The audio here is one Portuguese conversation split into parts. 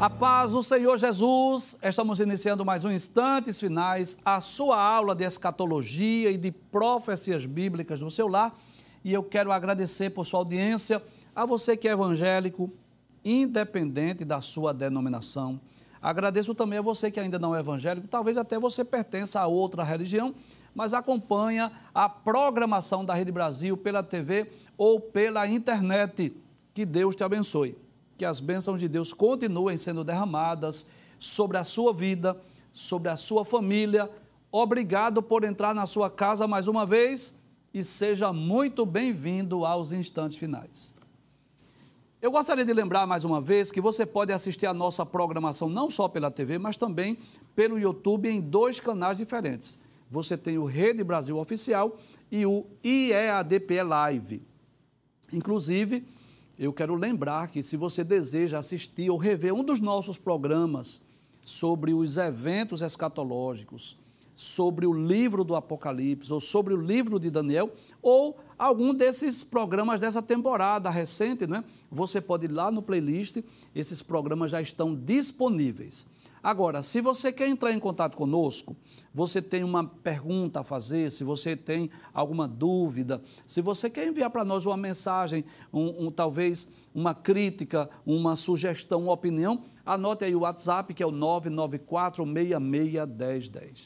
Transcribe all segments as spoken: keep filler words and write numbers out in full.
A paz do Senhor Jesus, estamos iniciando mais um Instantes Finais, a sua aula de escatologia e de profecias bíblicas no seu lar. E eu quero agradecer por sua audiência, a você que é evangélico, independente da sua denominação. Agradeço também a você que ainda não é evangélico, talvez até você pertença a outra religião, mas acompanha a programação da Rede Brasil pela T V ou pela internet. Que Deus te abençoe. Que as bênçãos de Deus continuem sendo derramadas sobre a sua vida, sobre a sua família. Obrigado por entrar na sua casa mais uma vez e seja muito bem-vindo aos Instantes Finais. Eu gostaria de lembrar mais uma vez que você pode assistir a nossa programação não só pela T V, mas também pelo YouTube em dois canais diferentes. Você tem o Rede Brasil Oficial e o I E A D P Live. Inclusive, eu quero lembrar que se você deseja assistir ou rever um dos nossos programas sobre os eventos escatológicos, sobre o livro do Apocalipse ou sobre o livro de Daniel, ou algum desses programas dessa temporada recente, né? Você pode ir lá no playlist, esses programas já estão disponíveis. Agora, se você quer entrar em contato conosco, você tem uma pergunta a fazer, se você tem alguma dúvida, se você quer enviar para nós uma mensagem, um, um, talvez uma crítica, uma sugestão, uma opinião, anote aí o WhatsApp, que é o nove nove quatro, seis seis, um zero um zero.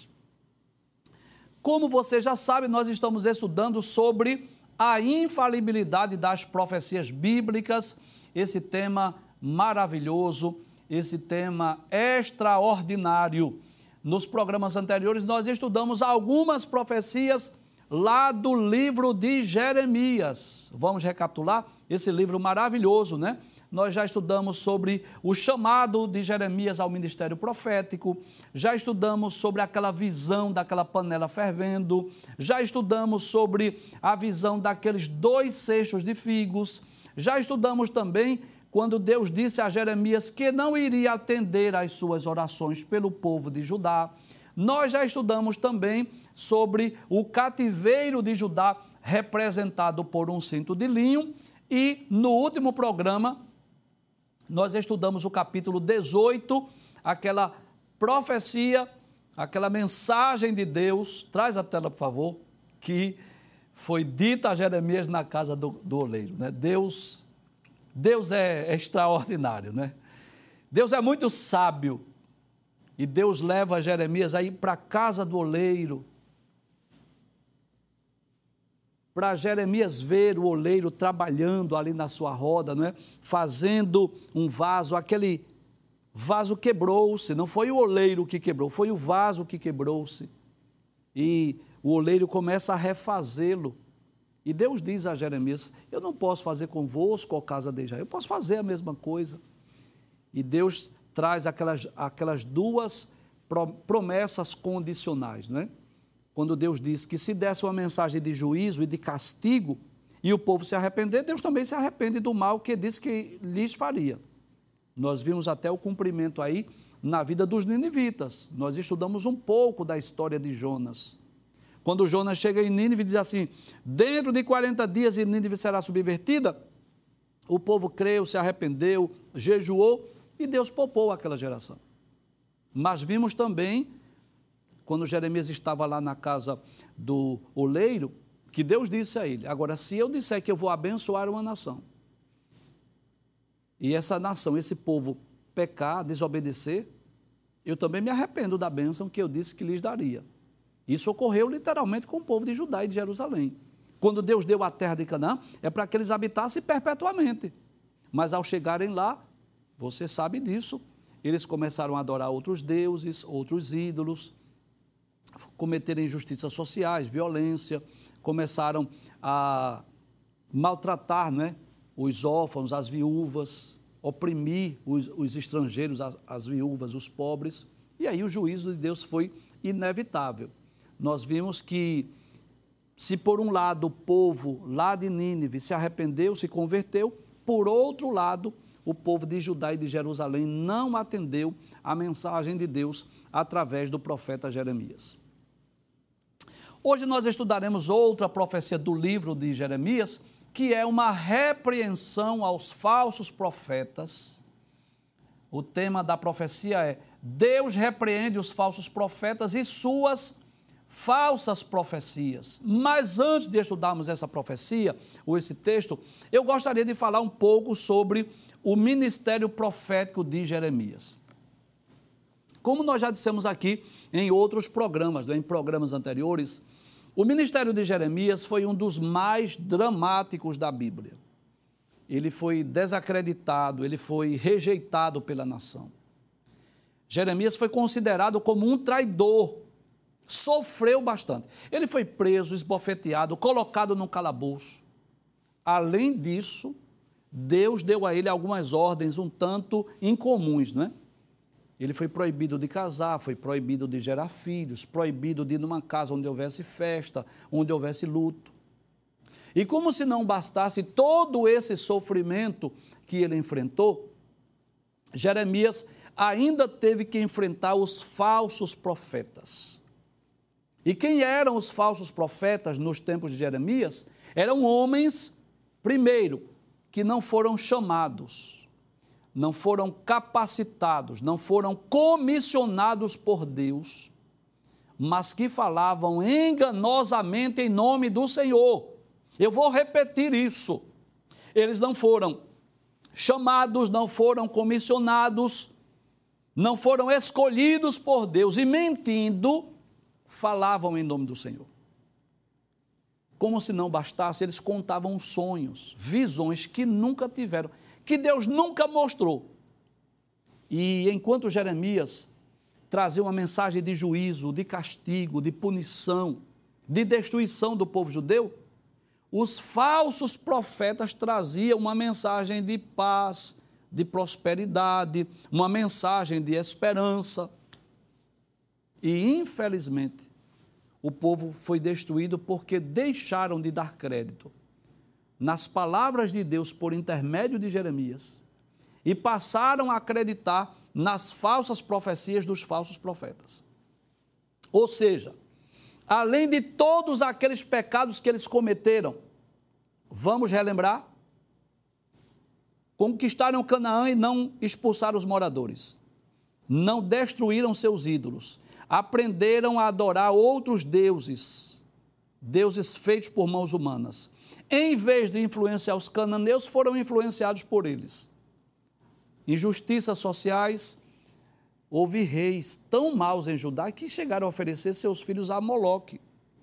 Como você já sabe, nós estamos estudando sobre a infalibilidade das profecias bíblicas, esse tema maravilhoso, esse tema extraordinário. Nos programas anteriores, nós estudamos algumas profecias lá do livro de Jeremias. Vamos recapitular esse livro maravilhoso, né? Nós já estudamos sobre o chamado de Jeremias ao ministério profético, já estudamos sobre aquela visão daquela panela fervendo, já estudamos sobre a visão daqueles dois cestos de figos, já estudamos também quando Deus disse a Jeremias que não iria atender às suas orações pelo povo de Judá. Nós já estudamos também sobre o cativeiro de Judá, representado por um cinto de linho, e no último programa nós estudamos o capítulo dezoito, aquela profecia, aquela mensagem de Deus, traz a tela por favor, que foi dita a Jeremias na casa do, do oleiro, né? Deus... Deus é extraordinário, né? Deus é muito sábio e Deus leva Jeremias aí para a casa do oleiro, para Jeremias ver o oleiro trabalhando ali na sua roda, não é? Fazendo um vaso, aquele vaso quebrou-se, não foi o oleiro que quebrou, foi o vaso que quebrou-se. E o oleiro começa a refazê-lo. E Deus diz a Jeremias, eu não posso fazer convosco, ó casa de Israel, eu posso fazer a mesma coisa. E Deus traz aquelas, aquelas duas promessas condicionais, né? Quando Deus diz que se desse uma mensagem de juízo e de castigo, e o povo se arrepender, Deus também se arrepende do mal que disse que lhes faria. Nós vimos até o cumprimento aí na vida dos ninivitas. Nós estudamos um pouco da história de Jonas. Quando Jonas chega em Nínive e diz assim, dentro de quarenta dias Nínive será subvertida, o povo creu, se arrependeu, jejuou e Deus poupou aquela geração. Mas vimos também, quando Jeremias estava lá na casa do oleiro, que Deus disse a ele, agora se eu disser que eu vou abençoar uma nação, e essa nação, esse povo pecar, desobedecer, eu também me arrependo da bênção que eu disse que lhes daria. Isso ocorreu literalmente com o povo de Judá e de Jerusalém. Quando Deus deu a terra de Canaã, é para que eles habitassem perpetuamente. Mas ao chegarem lá, você sabe disso, eles começaram a adorar outros deuses, outros ídolos, cometerem injustiças sociais, violência, começaram a maltratar, não é, os órfãos, as viúvas, oprimir os, os estrangeiros, as, as viúvas, os pobres. E aí o juízo de Deus foi inevitável. Nós vimos que, se por um lado o povo lá de Nínive se arrependeu, se converteu, por outro lado, o povo de Judá e de Jerusalém não atendeu a mensagem de Deus através do profeta Jeremias. Hoje nós estudaremos outra profecia do livro de Jeremias, que é uma repreensão aos falsos profetas, O tema da profecia é: Deus repreende os falsos profetas e suas falsas profecias. Mas antes de estudarmos essa profecia, ou esse texto, eu gostaria de falar um pouco sobre o ministério profético de Jeremias. Como nós já dissemos aqui em outros programas, em programas anteriores, o ministério de Jeremias foi um dos mais dramáticos da Bíblia. Ele foi desacreditado, ele foi rejeitado pela nação. Jeremias foi considerado como um traidor, sofreu bastante. Ele foi preso, esbofeteado, colocado num calabouço. Além disso, Deus deu a ele algumas ordens um tanto incomuns, não é? Ele foi proibido de casar, foi proibido de gerar filhos, proibido de ir numa casa onde houvesse festa, onde houvesse luto. E como se não bastasse todo esse sofrimento que ele enfrentou, Jeremias ainda teve que enfrentar os falsos profetas. E quem eram os falsos profetas nos tempos de Jeremias? Eram homens, primeiro, que não foram chamados, não foram capacitados, não foram comissionados por Deus, mas que falavam enganosamente em nome do Senhor. Eu vou repetir isso. Eles não foram chamados, não foram comissionados, não foram escolhidos por Deus e, mentindo, falavam em nome do Senhor. Como se não bastasse, eles contavam sonhos, visões que nunca tiveram, que Deus nunca mostrou. E enquanto Jeremias trazia uma mensagem de juízo, de castigo, de punição, de destruição do povo judeu, os falsos profetas traziam uma mensagem de paz, de prosperidade, uma mensagem de esperança. E, infelizmente, o povo foi destruído porque deixaram de dar crédito nas palavras de Deus por intermédio de Jeremias e passaram a acreditar nas falsas profecias dos falsos profetas. Ou seja, além de todos aqueles pecados que eles cometeram, vamos relembrar? Conquistaram Canaã e não expulsaram os moradores, não destruíram seus ídolos, aprenderam a adorar outros deuses, deuses feitos por mãos humanas. Em vez de influenciar os cananeus, foram influenciados por eles. Injustiças sociais, houve reis tão maus em Judá que chegaram a oferecer seus filhos a Moloque.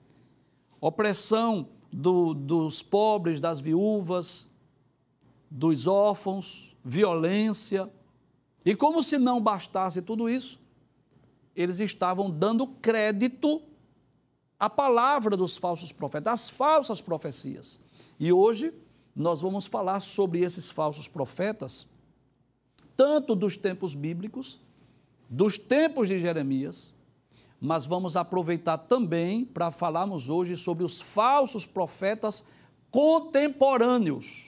Opressão do, dos pobres, das viúvas, dos órfãos, violência. E como se não bastasse tudo isso, eles estavam dando crédito à palavra dos falsos profetas, às falsas profecias. E hoje nós vamos falar sobre esses falsos profetas, tanto dos tempos bíblicos, dos tempos de Jeremias, mas vamos aproveitar também para falarmos hoje sobre os falsos profetas contemporâneos,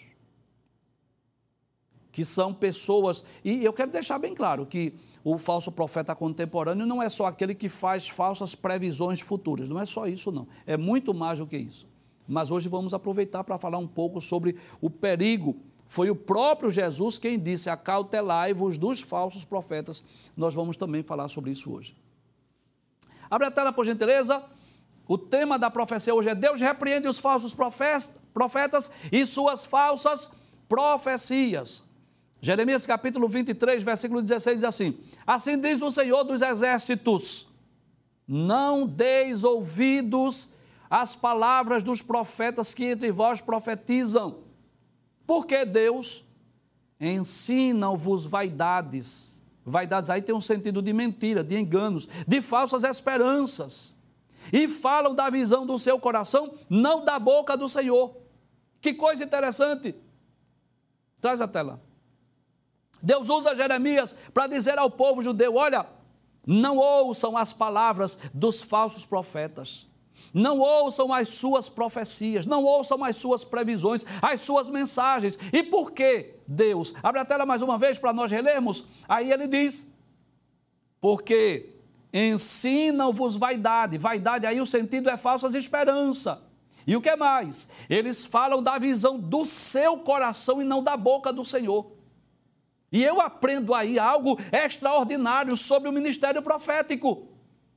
que são pessoas, e eu quero deixar bem claro que o falso profeta contemporâneo não é só aquele que faz falsas previsões futuras, não é só isso não, é muito mais do que isso. Mas hoje vamos aproveitar para falar um pouco sobre o perigo. Foi o próprio Jesus quem disse: acautelai-vos dos falsos profetas. Nós vamos também falar sobre isso hoje. Abre a tela, por gentileza. O tema da profecia hoje é: Deus repreende os falsos profetas e suas falsas profecias. Jeremias capítulo vinte e três, versículo dezesseis, diz assim: assim diz o Senhor dos exércitos, não deis ouvidos às palavras dos profetas que entre vós profetizam, porque Deus ensina-vos vaidades. Vaidades aí tem um sentido de mentira, de enganos, de falsas esperanças, e falam da visão do seu coração, não da boca do Senhor. Que coisa interessante. Traz a tela. Deus usa Jeremias para dizer ao povo judeu: olha, não ouçam as palavras dos falsos profetas, não ouçam as suas profecias, não ouçam as suas previsões, as suas mensagens. E por que Deus? Abre a tela mais uma vez para nós relermos. Aí ele diz: porque ensinam-vos vaidade. Vaidade aí o sentido é falsas esperanças. E o que mais? Eles falam da visão do seu coração e não da boca do Senhor. E eu aprendo aí algo extraordinário sobre o ministério profético.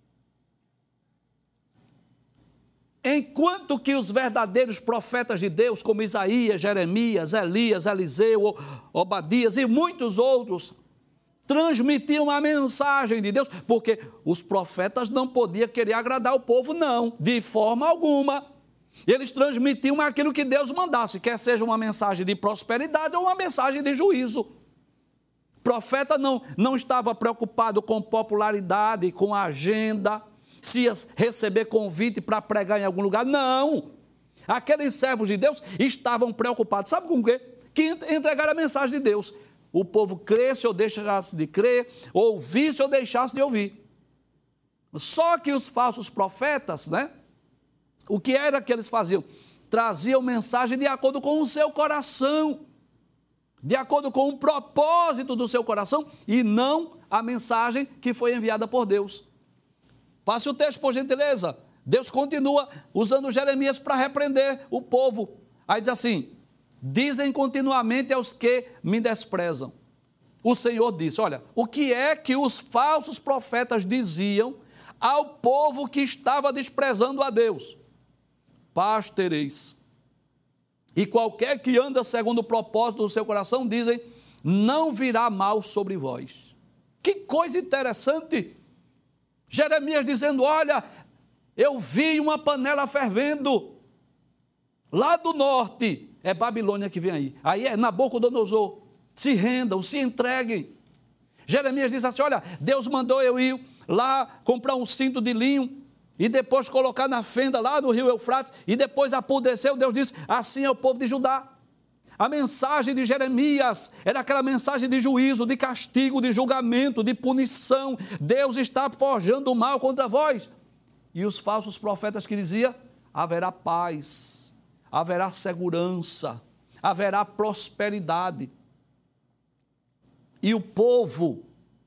Enquanto que os verdadeiros profetas de Deus, como Isaías, Jeremias, Elias, Eliseu, Obadias e muitos outros, transmitiam a mensagem de Deus, porque os profetas não podiam querer agradar o povo, não, de forma alguma. Eles transmitiam aquilo que Deus mandasse, quer seja uma mensagem de prosperidade ou uma mensagem de juízo. O profeta não, não estava preocupado com popularidade, com agenda, se ia receber convite para pregar em algum lugar. Não! Aqueles servos de Deus estavam preocupados. Sabe com o quê? Que entregaram a mensagem de Deus. O povo cresce ou deixasse de crer, ouvisse ou deixasse de ouvir. Só que os falsos profetas, né? O que era que eles faziam? Traziam mensagem de acordo com o seu coração, de acordo com o propósito do seu coração e não a mensagem que foi enviada por Deus. Passe o texto, por gentileza. Deus continua usando Jeremias para repreender o povo. Aí diz assim: dizem continuamente aos que me desprezam. O Senhor disse, olha, o que é que os falsos profetas diziam ao povo que estava desprezando a Deus? Paz tereis. E qualquer que anda segundo o propósito do seu coração, dizem, não virá mal sobre vós. Que coisa interessante. Jeremias dizendo, olha, eu vi uma panela fervendo lá do norte. É Babilônia que vem aí. Aí é Nabucodonosor. Se rendam, se entreguem. Jeremias diz assim, olha, Deus mandou eu ir lá comprar um cinto de linho e depois colocar na fenda lá no rio Eufrates e depois apodreceu. Deus disse, assim é o povo de Judá. A mensagem de Jeremias era aquela mensagem de juízo, de castigo, de julgamento, de punição. Deus está forjando o mal contra vós. E os falsos profetas que diziam, haverá paz, haverá segurança, haverá prosperidade. E o povo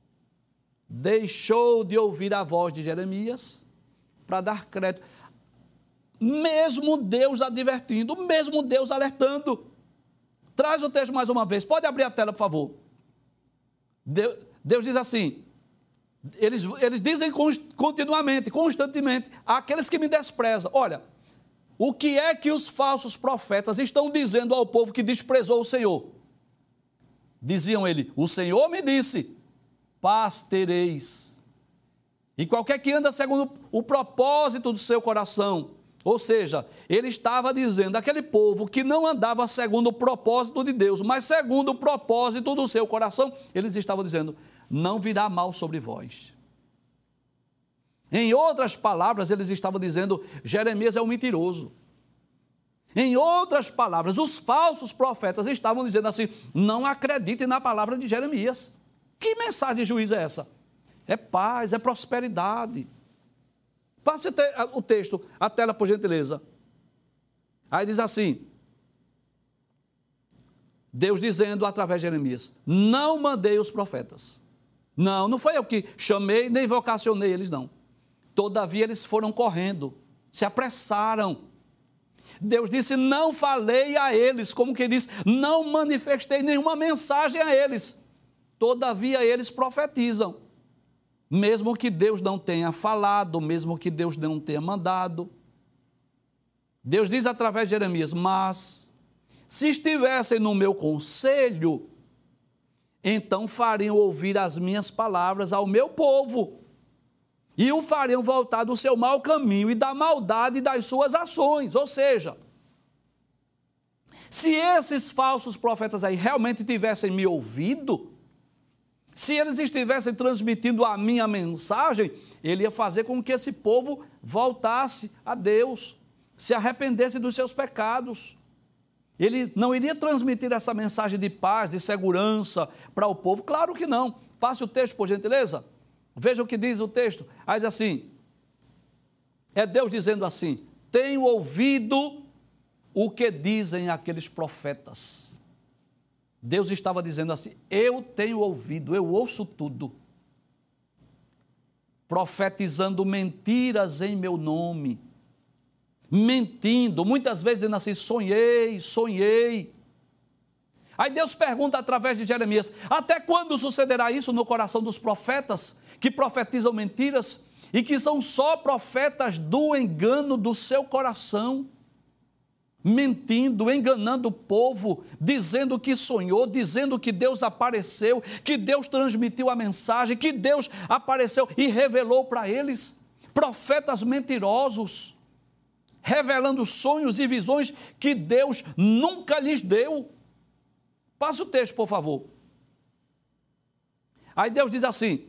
deixou de ouvir a voz de Jeremias para dar crédito. Mesmo Deus advertindo, mesmo Deus alertando. Traz o texto mais uma vez. Pode abrir a tela, por favor. Deus, Deus diz assim, eles, eles dizem continuamente, constantemente, aqueles que me desprezam. Olha, o que é que os falsos profetas estão dizendo ao povo que desprezou o Senhor? Diziam ele, o Senhor me disse, paz tereis. E qualquer que anda segundo o propósito do seu coração, ou seja, ele estava dizendo aquele povo que não andava segundo o propósito de Deus, mas segundo o propósito do seu coração, eles estavam dizendo, não virá mal sobre vós. Em outras palavras, eles estavam dizendo, Jeremias é um mentiroso. Em outras palavras, os falsos profetas estavam dizendo assim, não acreditem na palavra de Jeremias. Que mensagem de juízo é essa? É paz, é prosperidade. Passe o texto, a tela, por gentileza. Aí diz assim, Deus dizendo através de Jeremias, não mandei os profetas. Não, não foi eu que chamei, nem vocacionei eles, não. Todavia eles foram correndo, se apressaram. Deus disse, não falei a eles, como que diz, não manifestei nenhuma mensagem a eles. Todavia eles profetizam. Mesmo que Deus não tenha falado, mesmo que Deus não tenha mandado. Deus diz através de Jeremias, mas se estivessem no meu conselho, então fariam ouvir as minhas palavras ao meu povo, e o fariam voltar do seu mau caminho e da maldade das suas ações. Ou seja, se esses falsos profetas aí realmente tivessem me ouvido, se eles estivessem transmitindo a minha mensagem, ele ia fazer com que esse povo voltasse a Deus, se arrependesse dos seus pecados. Ele não iria transmitir essa mensagem de paz, de segurança para o povo? Claro que não. Passe o texto, por gentileza. Veja o que diz o texto. Aí diz assim, é Deus dizendo assim, tenho ouvido o que dizem aqueles profetas. Deus estava dizendo assim, eu tenho ouvido, eu ouço tudo, profetizando mentiras em meu nome, mentindo, muitas vezes dizendo assim, sonhei, sonhei, Aí Deus pergunta através de Jeremias: até quando sucederá isso no coração dos profetas, que profetizam mentiras e que são só profetas do engano do seu coração? Mentindo, enganando o povo, dizendo que sonhou, dizendo que Deus apareceu, que Deus transmitiu a mensagem, que Deus apareceu e revelou para eles. Profetas mentirosos, revelando sonhos e visões que Deus nunca lhes deu. Passa o texto, por favor. Aí Deus diz assim: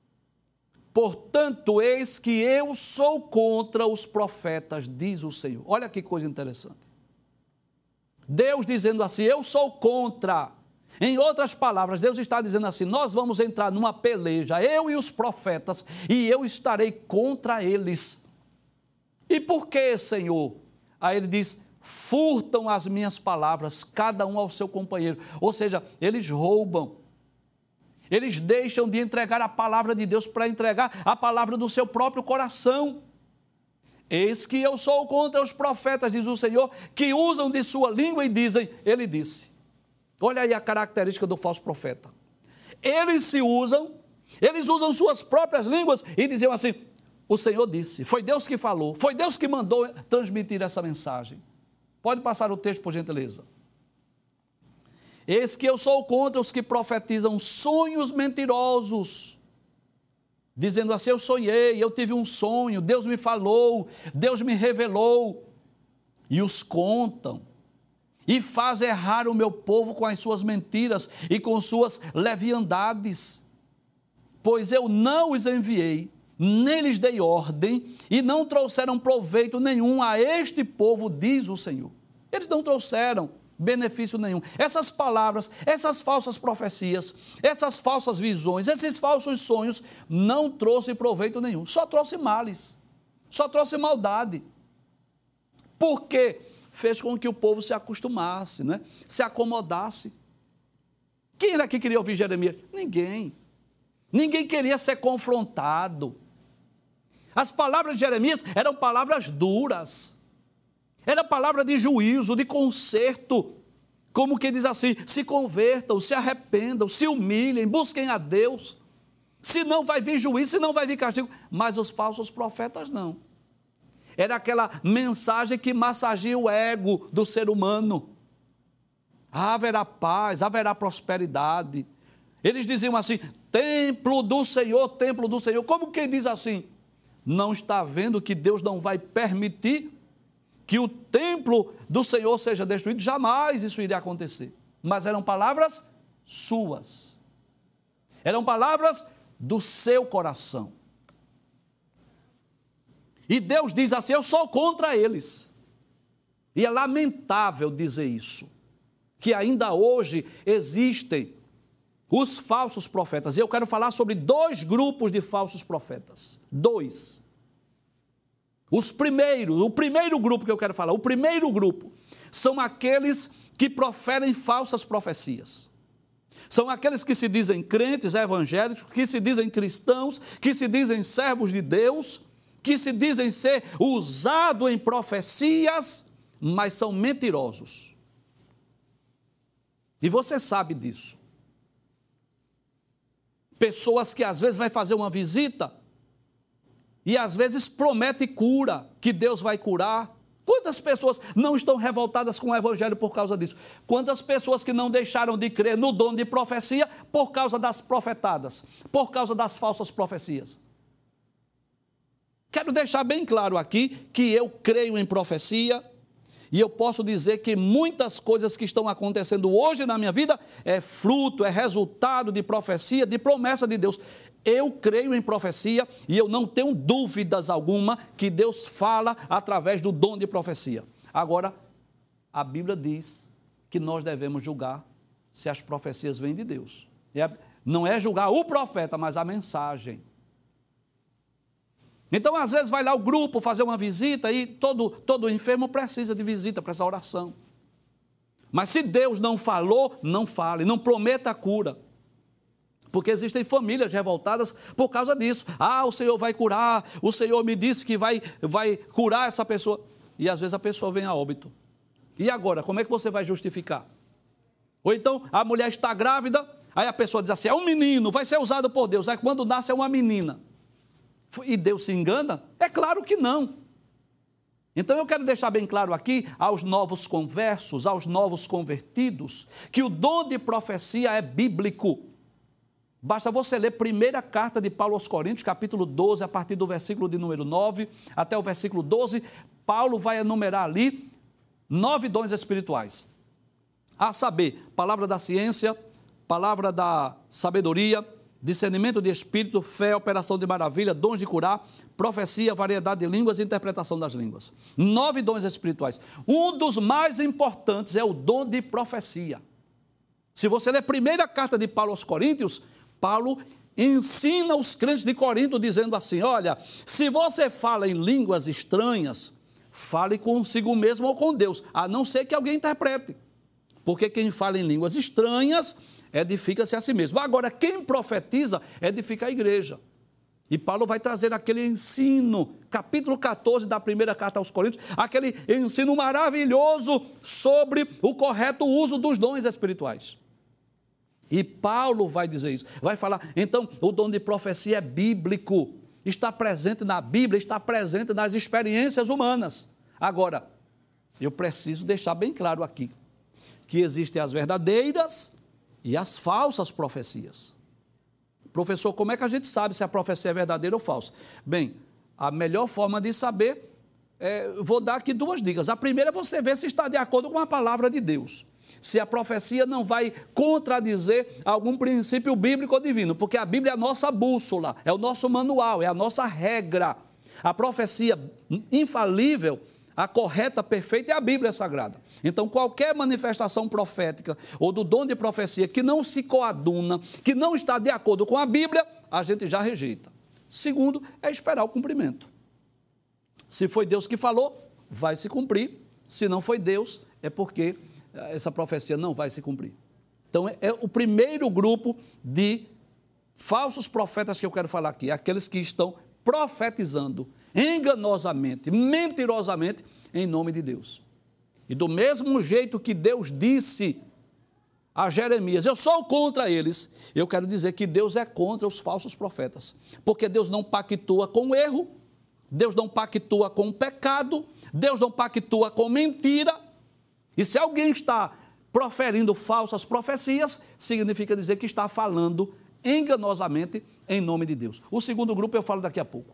portanto, eis que eu sou contra os profetas, diz o Senhor. Olha que coisa interessante. Deus dizendo assim: eu sou contra. Em outras palavras, Deus está dizendo assim: nós vamos entrar numa peleja, eu e os profetas, e eu estarei contra eles. E por que, Senhor? Aí ele diz: furtam as minhas palavras, cada um ao seu companheiro. Ou seja, eles roubam. Eles deixam de entregar a palavra de Deus para entregar a palavra do seu próprio coração. Eis que eu sou contra os profetas, diz o Senhor, que usam de sua língua e dizem, ele disse. Olha aí a característica do falso profeta. Eles se usam, eles usam suas próprias línguas e diziam assim: o Senhor disse, foi Deus que falou, foi Deus que mandou transmitir essa mensagem. Pode passar o texto, por gentileza. Eis que eu sou contra os que profetizam sonhos mentirosos, dizendo assim: eu sonhei, eu tive um sonho, Deus me falou, Deus me revelou, e os contam, e faz errar o meu povo com as suas mentiras e com suas leviandades. Pois eu não os enviei, nem lhes dei ordem, e não trouxeram proveito nenhum a este povo, diz o Senhor. Eles não trouxeram benefício nenhum. Essas palavras, essas falsas profecias, essas falsas visões, esses falsos sonhos, não trouxe proveito nenhum, só trouxe males, só trouxe maldade. Por quê? Fez com que o povo se acostumasse, né? Se acomodasse. Quem era que queria ouvir Jeremias? Ninguém. Ninguém queria ser confrontado. As palavras de Jeremias eram palavras duras. Era palavra de juízo, de conserto. Como que diz assim: se convertam, se arrependam, se humilhem, busquem a Deus. Senão vai vir juízo, senão vai vir castigo. Mas os falsos profetas não. Era aquela mensagem que massageia o ego do ser humano. Haverá paz, haverá prosperidade. Eles diziam assim: templo do Senhor, templo do Senhor. Como quem diz assim? Não está vendo que Deus não vai permitir que o templo do Senhor seja destruído? Jamais isso iria acontecer. Mas eram palavras suas. Eram palavras do seu coração. E Deus diz assim: eu sou contra eles. E é lamentável dizer isso, que ainda hoje existem os falsos profetas. E eu quero falar sobre dois grupos de falsos profetas. Dois. Os primeiros, o primeiro grupo que eu quero falar, o primeiro grupo, são aqueles que proferem falsas profecias. São aqueles que se dizem crentes evangélicos, que se dizem cristãos, que se dizem servos de Deus, que se dizem ser usados em profecias, mas são mentirosos. E você sabe disso. Pessoas que às vezes vai fazer uma visita e às vezes promete cura, que Deus vai curar. Quantas pessoas não estão revoltadas com o evangelho por causa disso? Quantas pessoas que não deixaram de crer no dom de profecia por causa das profetadas, por causa das falsas profecias? Quero deixar bem claro aqui que eu creio em profecia e eu posso dizer que muitas coisas que estão acontecendo hoje na minha vida é fruto, é resultado de profecia, de promessa de Deus. Eu creio em profecia e eu não tenho dúvidas alguma que Deus fala através do dom de profecia. Agora, a Bíblia diz que nós devemos julgar se as profecias vêm de Deus. Não é julgar o profeta, mas a mensagem. Então, às vezes, vai lá o grupo fazer uma visita e todo, todo enfermo precisa de visita para essa oração. Mas se Deus não falou, não fale, não prometa a cura. Porque existem famílias revoltadas por causa disso. Ah, o Senhor vai curar, o Senhor me disse que vai, vai curar essa pessoa. E às vezes a pessoa vem a óbito. E agora, como é que você vai justificar? Ou então a mulher está grávida, aí a pessoa diz assim, é um menino, vai ser usado por Deus. Aí quando nasce é uma menina. E Deus se engana? É claro que não. Então eu quero deixar bem claro aqui aos novos conversos, aos novos convertidos, que o dom de profecia é bíblico. Basta você ler a primeira carta de Paulo aos Coríntios, capítulo doze, a partir do versículo de número nove até o versículo doze, Paulo vai enumerar ali nove dons espirituais. A saber, palavra da ciência, palavra da sabedoria, discernimento de espírito, fé, operação de maravilha, dons de curar, profecia, variedade de línguas e interpretação das línguas. Nove dons espirituais. Um dos mais importantes é o dom de profecia. Se você ler a primeira carta de Paulo aos Coríntios, Paulo ensina os crentes de Corinto dizendo assim, olha, se você fala em línguas estranhas, fale consigo mesmo ou com Deus, a não ser que alguém interprete. Porque quem fala em línguas estranhas edifica-se a si mesmo. Agora, quem profetiza, edifica a igreja. E Paulo vai trazer aquele ensino, capítulo catorze da primeira carta aos Coríntios, aquele ensino maravilhoso sobre o correto uso dos dons espirituais. E Paulo vai dizer isso, vai falar, então, o dom de profecia é bíblico, está presente na Bíblia, está presente nas experiências humanas. Agora, eu preciso deixar bem claro aqui, que existem as verdadeiras e as falsas profecias. Professor, como é que a gente sabe se a profecia é verdadeira ou falsa? Bem, a melhor forma de saber, é, vou dar aqui duas dicas. A primeira é você ver se está de acordo com a palavra de Deus. Se a profecia não vai contradizer algum princípio bíblico ou divino, porque a Bíblia é a nossa bússola, é o nosso manual, é a nossa regra. A profecia infalível, a correta, perfeita, é a Bíblia Sagrada. Então, qualquer manifestação profética ou do dom de profecia que não se coaduna, que não está de acordo com a Bíblia, a gente já rejeita. Segundo, é esperar o cumprimento. Se foi Deus que falou, vai se cumprir. Se não foi Deus, é porque essa profecia não vai se cumprir. Então, é o primeiro grupo de falsos profetas que eu quero falar aqui, aqueles que estão profetizando enganosamente, mentirosamente, em nome de Deus. E do mesmo jeito que Deus disse a Jeremias, eu sou contra eles, eu quero dizer que Deus é contra os falsos profetas, porque Deus não pactua com o erro, Deus não pactua com o pecado, Deus não pactua com mentira, e se alguém está proferindo falsas profecias, significa dizer que está falando enganosamente em nome de Deus. O segundo grupo eu falo daqui a pouco.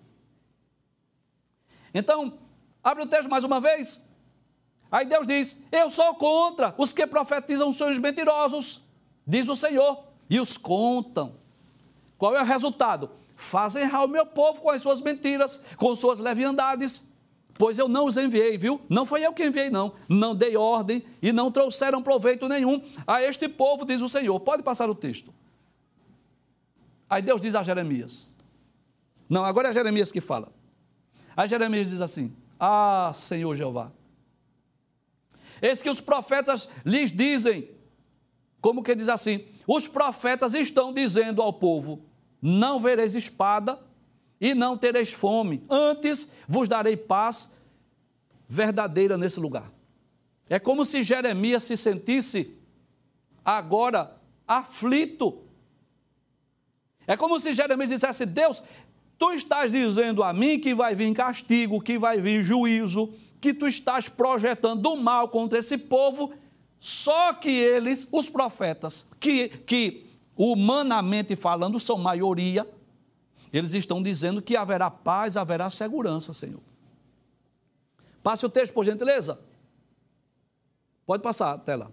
Então, abre o texto mais uma vez. Aí Deus diz, eu sou contra os que profetizam sonhos mentirosos, diz o Senhor, e os contam. Qual é o resultado? Fazem errar o meu povo com as suas mentiras, com suas leviandades, pois eu não os enviei, viu? Não foi eu que enviei, não. Não dei ordem e não trouxeram proveito nenhum a este povo, diz o Senhor. Pode passar o texto. Aí Deus diz a Jeremias. Não, agora é Jeremias que fala. Aí Jeremias diz assim, ah, Senhor Jeová, eis que os profetas lhes dizem, como que diz assim, os profetas estão dizendo ao povo, não vereis espada e não tereis fome, antes vos darei paz verdadeira nesse lugar. É como se Jeremias se sentisse agora aflito. É como se Jeremias dissesse, Deus, tu estás dizendo a mim que vai vir castigo, que vai vir juízo, que tu estás projetando o mal contra esse povo, só que eles, os profetas, que, que humanamente falando são maioria, eles estão dizendo que haverá paz, haverá segurança, Senhor. Passe o texto, por gentileza. Pode passar a tela.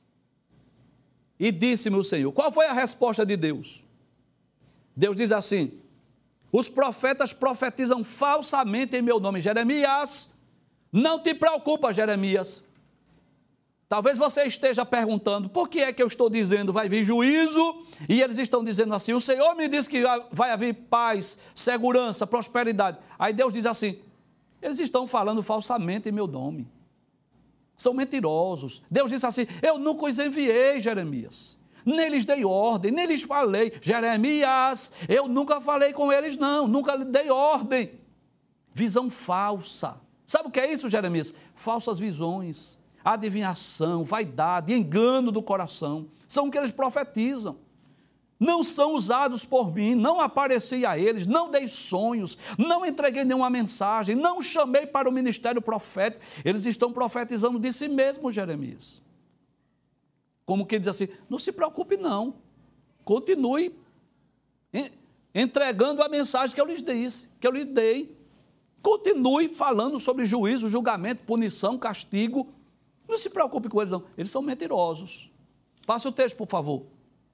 E disse-me o Senhor, qual foi a resposta de Deus? Deus diz assim, os profetas profetizam falsamente em meu nome. Jeremias, não te preocupa, Jeremias. Talvez você esteja perguntando, por que é que eu estou dizendo vai vir juízo? E eles estão dizendo assim, o Senhor me disse que vai haver paz, segurança, prosperidade. Aí Deus diz assim, eles estão falando falsamente em meu nome. São mentirosos. Deus disse assim, eu nunca os enviei, Jeremias. Nem lhes dei ordem, nem lhes falei. Jeremias, eu nunca falei com eles, não. Nunca lhes dei ordem. Visão falsa. Sabe o que é isso, Jeremias? Falsas visões. adivinhação, vaidade, engano do coração. São o que eles profetizam. Não são usados por mim, não apareci a eles, não dei sonhos, não entreguei nenhuma mensagem, não chamei para o ministério profético. Eles estão profetizando de si mesmo, Jeremias. Como que diz assim, não se preocupe não, continue entregando a mensagem que eu lhes disse, que eu lhes dei. Continue falando sobre juízo, julgamento, punição, castigo. Não se preocupe com eles não, eles são mentirosos. Passe o texto, por favor.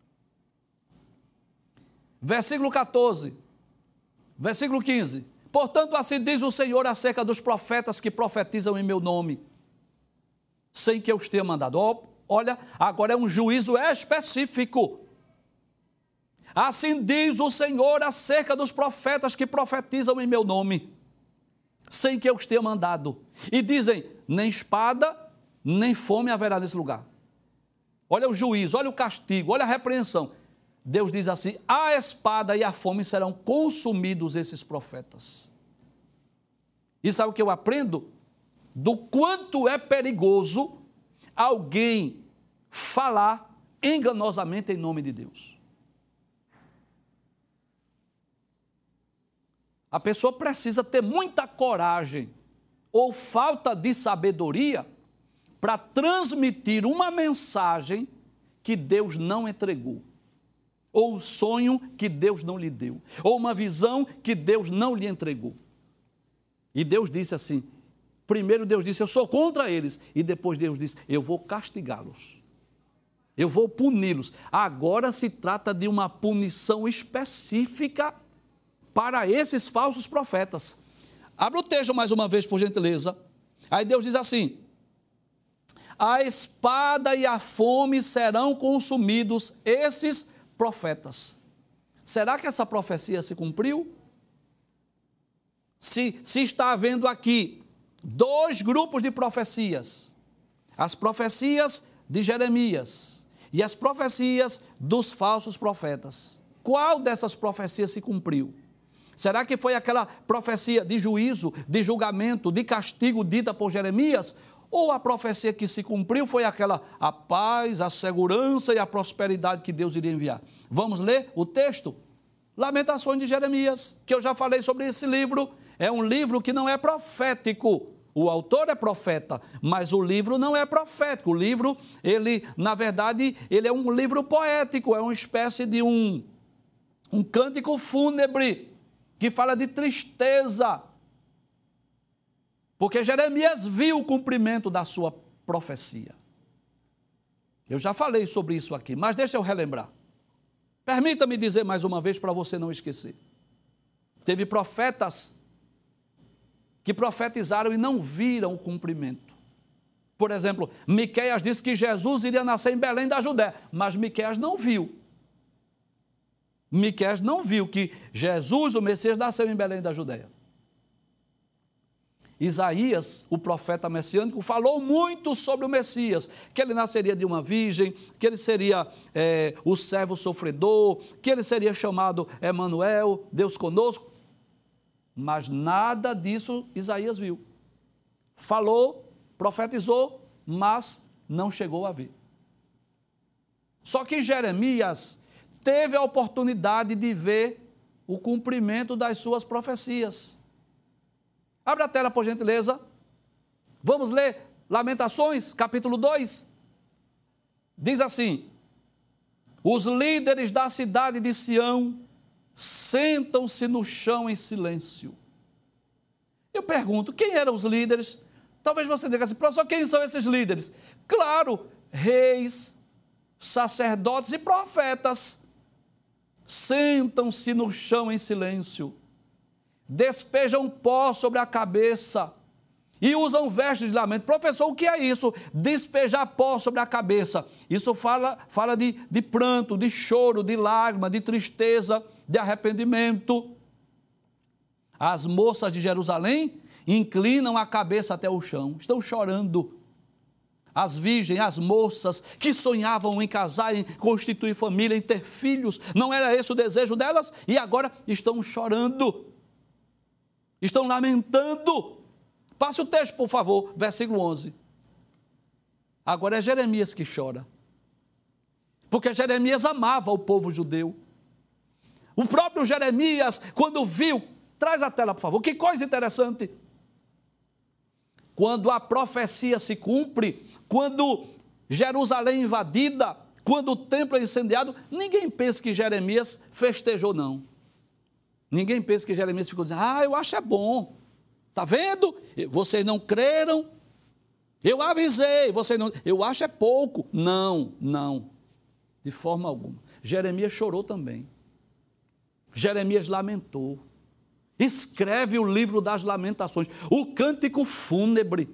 Versículo catorze, versículo quinze. Portanto, assim diz o Senhor acerca dos profetas que profetizam em meu nome, sem que eu os tenha mandado. Oh, olha, agora é um juízo específico. Assim diz o Senhor acerca dos profetas que profetizam em meu nome, sem que eu os tenha mandado. E dizem, nem espada, nem fome haverá nesse lugar. Olha o juízo, olha o castigo, olha a repreensão. Deus diz assim, a espada e a fome serão consumidos esses profetas. E sabe o que eu aprendo? Do quanto é perigoso alguém falar enganosamente em nome de Deus. A pessoa precisa ter muita coragem ou falta de sabedoria para transmitir uma mensagem que Deus não entregou, ou um sonho que Deus não lhe deu, ou uma visão que Deus não lhe entregou. E Deus disse assim, primeiro Deus disse, eu sou contra eles, e depois Deus disse, eu vou castigá-los, eu vou puni-los. Agora se trata de uma punição específica para esses falsos profetas. Abra o texto mais uma vez, por gentileza. Aí Deus diz assim, a espada e a fome serão consumidos esses profetas. Será que essa profecia se cumpriu? Se, se está havendo aqui dois grupos de profecias, as profecias de Jeremias e as profecias dos falsos profetas, qual dessas profecias se cumpriu? Será que foi aquela profecia de juízo, de julgamento, de castigo dita por Jeremias? Ou a profecia que se cumpriu foi aquela, a paz, a segurança e a prosperidade que Deus iria enviar? Vamos ler o texto? Lamentações de Jeremias, que eu já falei sobre esse livro. É um livro que não é profético. O autor é profeta, mas o livro não é profético. O livro, ele, na verdade, ele é um livro poético, é uma espécie de um, um cântico fúnebre, que fala de tristeza, porque Jeremias viu o cumprimento da sua profecia. Eu já falei sobre isso aqui, mas deixa eu relembrar. Permita-me dizer mais uma vez para você não esquecer. Teve profetas que profetizaram e não viram o cumprimento. Por exemplo, Miqueias disse que Jesus iria nascer em Belém da Judéia, mas Miqueias não viu. Miqueias não viu que Jesus, o Messias, nasceu em Belém da Judéia. Isaías, o profeta messiânico, falou muito sobre o Messias, que ele nasceria de uma virgem, que ele seria é, o servo sofredor, que ele seria chamado Emanuel, Deus conosco, mas nada disso Isaías viu. Falou, profetizou, mas não chegou a ver. Só que Jeremias teve a oportunidade de ver o cumprimento das suas profecias. Abre a tela, por gentileza. Vamos ler Lamentações, capítulo dois. Diz assim, os líderes da cidade de Sião sentam-se no chão em silêncio. Eu pergunto, quem eram os líderes? Talvez você diga assim, professor, quem são esses líderes? Claro, reis, sacerdotes e profetas. Sentam-se no chão em silêncio, despejam pó sobre a cabeça e usam vestes de lamento. Professor, o que é isso? Despejar pó sobre a cabeça. Isso fala, fala de, de pranto, de choro, de lágrima, de tristeza, de arrependimento. As moças de Jerusalém inclinam a cabeça até o chão, estão chorando. As virgens, as moças que sonhavam em casar, em constituir família, em ter filhos, não era esse o desejo delas? E agora estão chorando, estão lamentando. Passe o texto, por favor, versículo onze. Agora é Jeremias que chora. Porque Jeremias amava o povo judeu. O próprio Jeremias, quando viu, traz a tela, por favor, que coisa interessante. Quando a profecia se cumpre, quando Jerusalém é invadida, quando o templo é incendiado, ninguém pensa que Jeremias festejou, não. Ninguém pensa que Jeremias ficou dizendo, ah, eu acho é bom. Está vendo? Vocês não creram. Eu avisei, vocês não... Eu acho é pouco. Não, não. De forma alguma. Jeremias chorou também. Jeremias lamentou. Escreve o livro das lamentações, o cântico fúnebre,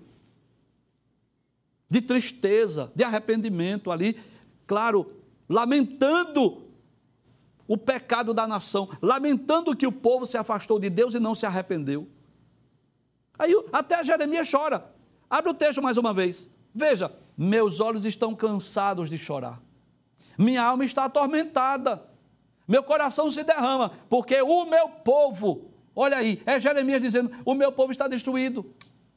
de tristeza, de arrependimento ali, claro, lamentando o pecado da nação, lamentando que o povo se afastou de Deus e não se arrependeu. Aí até Jeremias chora. Abre o texto mais uma vez. Veja, meus olhos estão cansados de chorar. Minha alma está atormentada. Meu coração se derrama, porque o meu povo, olha aí, é Jeremias dizendo, o meu povo está destruído.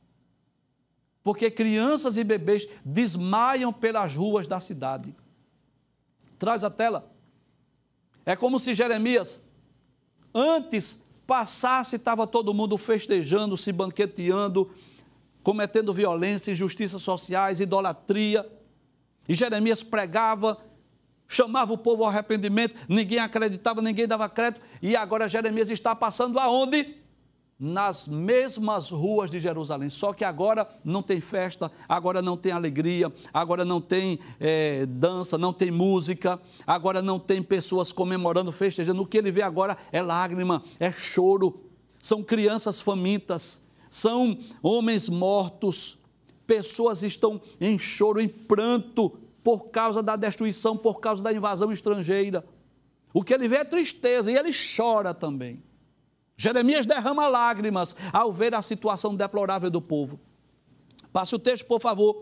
Porque crianças e bebês desmaiam pelas ruas da cidade. Traz a tela. É como se Jeremias, antes passasse, estava todo mundo festejando, se banqueteando, cometendo violência, injustiças sociais, idolatria. E Jeremias pregava, chamava o povo ao arrependimento, ninguém acreditava, ninguém dava crédito, e agora Jeremias está passando aonde? Nas mesmas ruas de Jerusalém, só que agora não tem festa, agora não tem alegria, agora não tem é, dança, não tem música, agora não tem pessoas comemorando, festejando. O que ele vê agora é lágrima, é choro, são crianças famintas, são homens mortos, pessoas estão em choro, em pranto, por causa da destruição, por causa da invasão estrangeira. O que ele vê é tristeza e ele chora também. Jeremias derrama lágrimas ao ver a situação deplorável do povo. Passe o texto, por favor.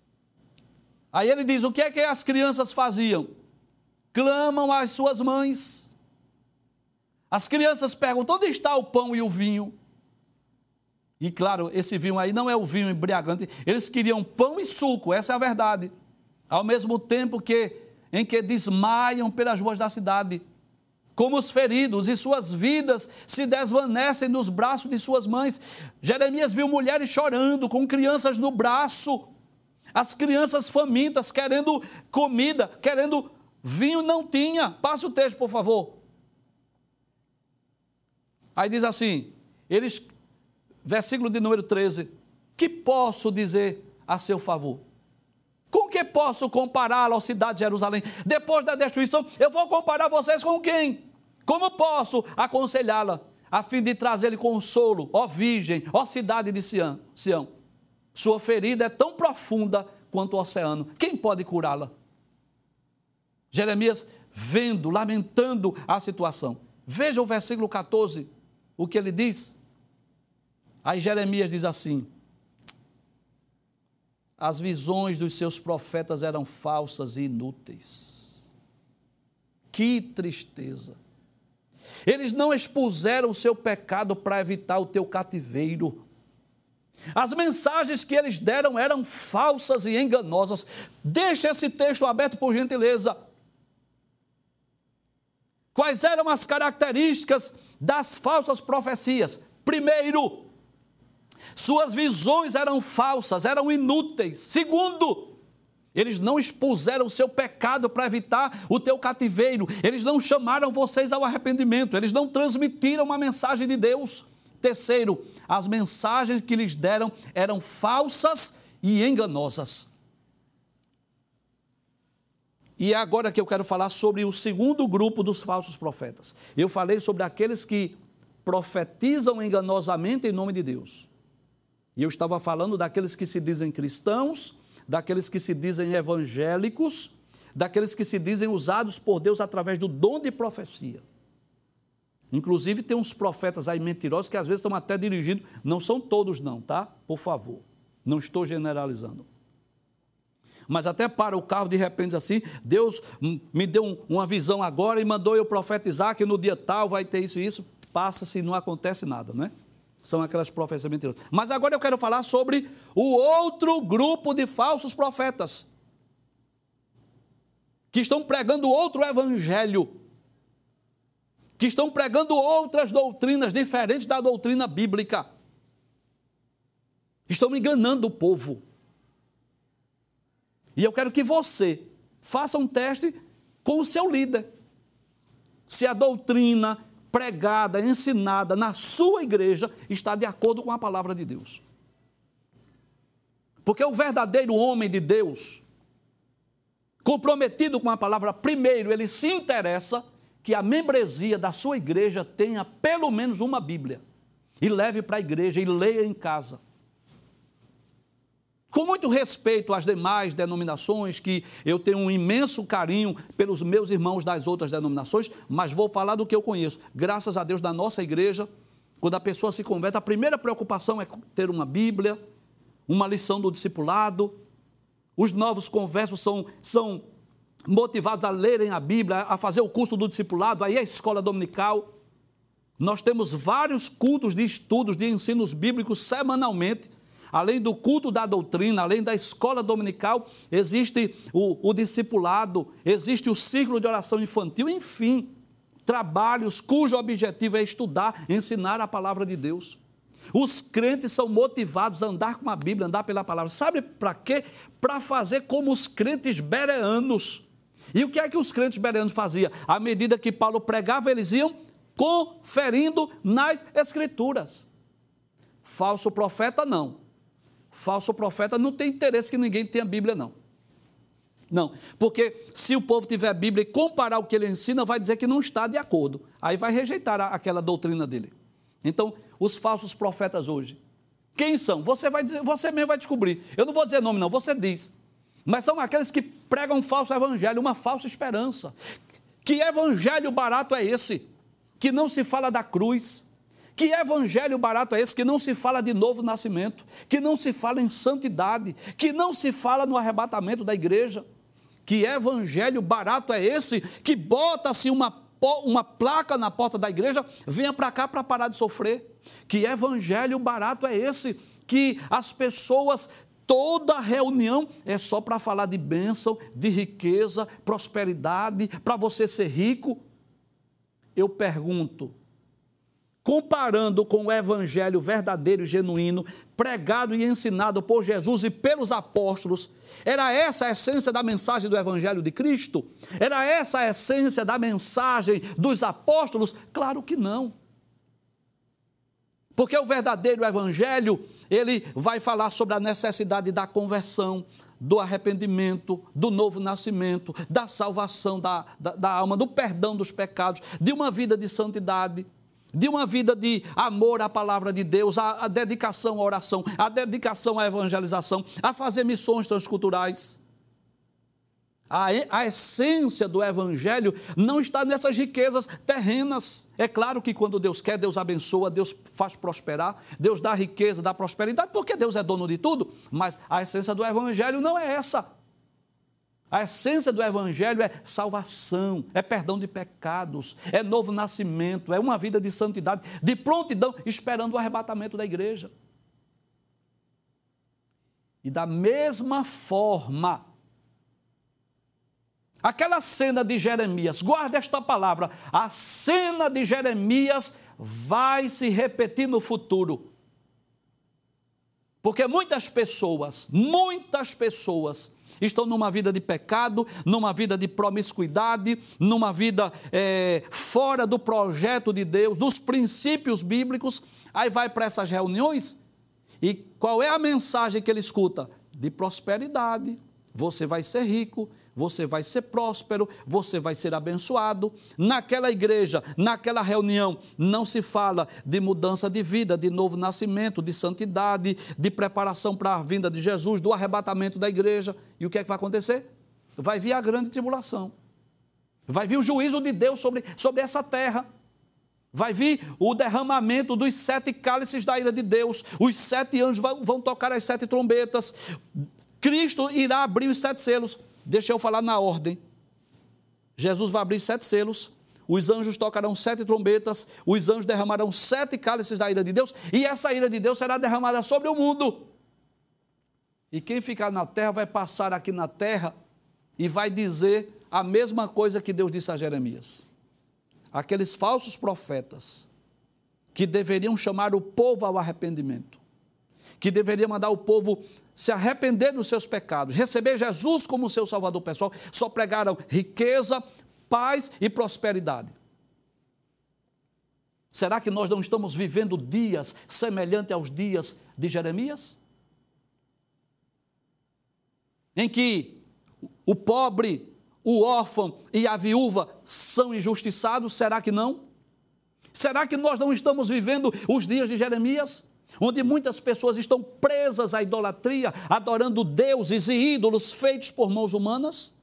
Aí ele diz, o que é que as crianças faziam? Clamam às suas mães. As crianças perguntam, onde está o pão e o vinho? E claro, esse vinho aí não é o vinho embriagante, eles queriam pão e suco, essa é a verdade. Ao mesmo tempo que, em que desmaiam pelas ruas da cidade, como os feridos, e suas vidas se desvanecem nos braços de suas mães. Jeremias viu mulheres chorando, com crianças no braço, as crianças famintas, querendo comida, querendo vinho, não tinha. Passa o texto, por favor. Aí diz assim, eles, versículo de número treze, que posso dizer a seu favor? Com que posso compará-lo à cidade de Jerusalém? Depois da destruição, eu vou comparar vocês com quem? Como posso aconselhá-la, a fim de trazer-lhe consolo, ó virgem, ó cidade de Sião? Sião? Sua ferida é tão profunda quanto o oceano. Quem pode curá-la? Jeremias vendo, lamentando a situação. Veja o versículo catorze, o que ele diz. Aí Jeremias diz assim, as visões dos seus profetas eram falsas e inúteis. Que tristeza! Eles não expuseram o seu pecado para evitar o teu cativeiro. As mensagens que eles deram eram falsas e enganosas. Deixa esse texto aberto, por gentileza. Quais eram as características das falsas profecias? Primeiro, suas visões eram falsas, eram inúteis. Segundo, eles não expuseram o seu pecado para evitar o teu cativeiro. Eles não chamaram vocês ao arrependimento. Eles não transmitiram uma mensagem de Deus. Terceiro, as mensagens que lhes deram eram falsas e enganosas. E é agora que eu quero falar sobre o segundo grupo dos falsos profetas. Eu falei sobre aqueles que profetizam enganosamente em nome de Deus. E eu estava falando daqueles que se dizem cristãos, daqueles que se dizem evangélicos, daqueles que se dizem usados por Deus através do dom de profecia. Inclusive tem uns profetas aí mentirosos que às vezes estão até dirigindo, não são todos não, tá? Por favor, não estou generalizando. Mas até para o carro de repente assim, Deus me deu uma visão agora e mandou eu profetizar que no dia tal vai ter isso e isso, passa-se e não acontece nada, né? São aquelas profecias mentirosas. Mas agora eu quero falar sobre o outro grupo de falsos profetas, que estão pregando outro evangelho, que estão pregando outras doutrinas diferentes da doutrina bíblica. Estão enganando o povo. E eu quero que você faça um teste com o seu líder. Se a doutrina pregada, ensinada na sua igreja está de acordo com a palavra de Deus. Porque o verdadeiro homem de Deus, comprometido com a palavra, primeiro, ele se interessa que a membresia da sua igreja tenha pelo menos uma Bíblia. E leve para a igreja e leia em casa. Com muito respeito às demais denominações, que eu tenho um imenso carinho pelos meus irmãos das outras denominações, mas vou falar do que eu conheço. Graças a Deus, da nossa igreja, quando a pessoa se converte, a primeira preocupação é ter uma Bíblia, uma lição do discipulado. Os novos conversos são, são motivados a lerem a Bíblia, a fazer o curso do discipulado, aí a escola dominical. Nós temos vários cultos de estudos, de ensinos bíblicos semanalmente. Além do culto da doutrina, além da escola dominical, existe o, o discipulado, existe o círculo de oração infantil, enfim, trabalhos cujo objetivo é estudar, ensinar a palavra de Deus. Os crentes são motivados a andar com a Bíblia, andar pela palavra. Sabe para quê? Para fazer como os crentes bereanos. E o que é que os crentes bereanos faziam? À medida que Paulo pregava, eles iam conferindo nas Escrituras. Falso profeta, não. Falso profeta não tem interesse que ninguém tenha Bíblia, não. Não, porque se o povo tiver Bíblia e comparar o que ele ensina, vai dizer que não está de acordo. Aí vai rejeitar a, aquela doutrina dele. Então, os falsos profetas hoje, quem são? Você, vai dizer, você mesmo vai descobrir. Eu não vou dizer nome, não, você diz. Mas são aqueles que pregam um falso evangelho, uma falsa esperança. Que evangelho barato é esse? Que não se fala da cruz. Que evangelho barato é esse? Que não se fala de novo nascimento, que não se fala em santidade, que não se fala no arrebatamento da igreja. Que evangelho barato é esse? Que bota-se uma, uma placa na porta da igreja, venha para cá para parar de sofrer. Que evangelho barato é esse? Que as pessoas, toda reunião é só para falar de bênção, de riqueza, prosperidade, para você ser rico. Eu pergunto, comparando com o evangelho verdadeiro e genuíno, pregado e ensinado por Jesus e pelos apóstolos, era essa a essência da mensagem do evangelho de Cristo? Era essa a essência da mensagem dos apóstolos? Claro que não. Porque o verdadeiro evangelho, ele vai falar sobre a necessidade da conversão, do arrependimento, do novo nascimento, da salvação da, da, da alma, do perdão dos pecados, de uma vida de santidade, de uma vida de amor à palavra de Deus, a, a dedicação à oração, a dedicação à evangelização, a fazer missões transculturais. A, a essência do evangelho não está nessas riquezas terrenas. É claro que quando Deus quer, Deus abençoa, Deus faz prosperar, Deus dá riqueza, dá prosperidade, porque Deus é dono de tudo, mas a essência do evangelho não é essa. A essência do evangelho é salvação, é perdão de pecados, é novo nascimento, é uma vida de santidade, de prontidão, esperando o arrebatamento da igreja. E da mesma forma, aquela cena de Jeremias, guarda esta palavra, a cena de Jeremias vai se repetir no futuro. Porque muitas pessoas, muitas pessoas, estão numa vida de pecado, numa vida de promiscuidade, numa vida é, fora do projeto de Deus, dos princípios bíblicos. Aí vai para essas reuniões e qual é a mensagem que ele escuta? De prosperidade. Você vai ser rico, você vai ser próspero, você vai ser abençoado. Naquela igreja, naquela reunião, não se fala de mudança de vida, de novo nascimento, de santidade, de preparação para a vinda de Jesus, do arrebatamento da igreja. E o que é que vai acontecer? Vai vir a grande tribulação. Vai vir o juízo de Deus sobre, sobre essa terra. Vai vir o derramamento dos sete cálices da ira de Deus. Os sete anjos vão, vão tocar as sete trombetas. Cristo irá abrir os sete selos. Deixa eu falar na ordem. Jesus vai abrir sete selos. os anjos tocarão sete trombetas, os anjos derramarão sete cálices da ira de Deus, e essa ira de Deus será derramada sobre o mundo. E quem ficar na terra vai passar aqui na terra e vai dizer a mesma coisa que Deus disse a Jeremias. Aqueles falsos profetas que deveriam chamar o povo ao arrependimento, que deveriam mandar o povo se arrepender dos seus pecados, receber Jesus como seu salvador pessoal, só pregaram riqueza, paz e prosperidade. Será que nós não estamos vivendo dias semelhantes aos dias de Jeremias? Em que o pobre, o órfão e a viúva são injustiçados? Será que não? Será que nós não estamos vivendo os dias de Jeremias? Onde muitas pessoas estão presas à idolatria, adorando deuses e ídolos feitos por mãos humanas?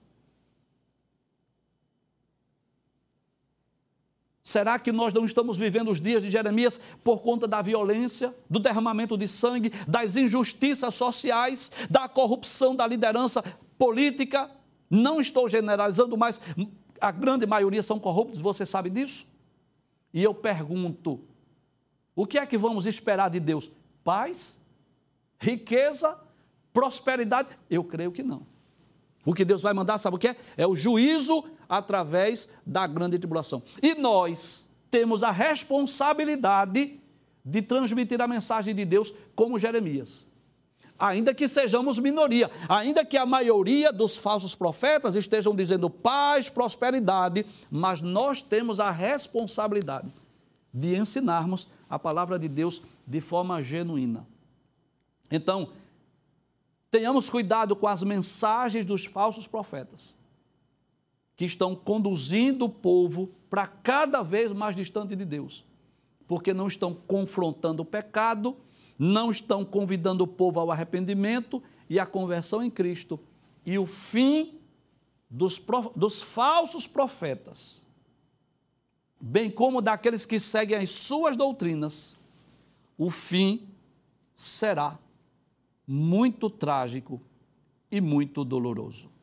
Será que nós não estamos vivendo os dias de Jeremias por conta da violência, do derramamento de sangue, das injustiças sociais, da corrupção da liderança política? Não estou generalizando, mas a grande maioria são corruptos, você sabe disso? E eu pergunto, o que é que vamos esperar de Deus? Paz? Riqueza? Prosperidade? Eu creio que não. O que Deus vai mandar, sabe o que é? É o juízo através da grande tribulação. E nós temos a responsabilidade de transmitir a mensagem de Deus como Jeremias. Ainda que sejamos minoria, ainda que a maioria dos falsos profetas estejam dizendo paz, prosperidade, mas nós temos a responsabilidade de ensinarmos a palavra de Deus de forma genuína. Então, tenhamos cuidado com as mensagens dos falsos profetas, que estão conduzindo o povo para cada vez mais distante de Deus, porque não estão confrontando o pecado, não estão convidando o povo ao arrependimento e à conversão em Cristo. E o fim dos, dos falsos profetas, bem como daqueles que seguem as suas doutrinas, o fim será muito trágico e muito doloroso.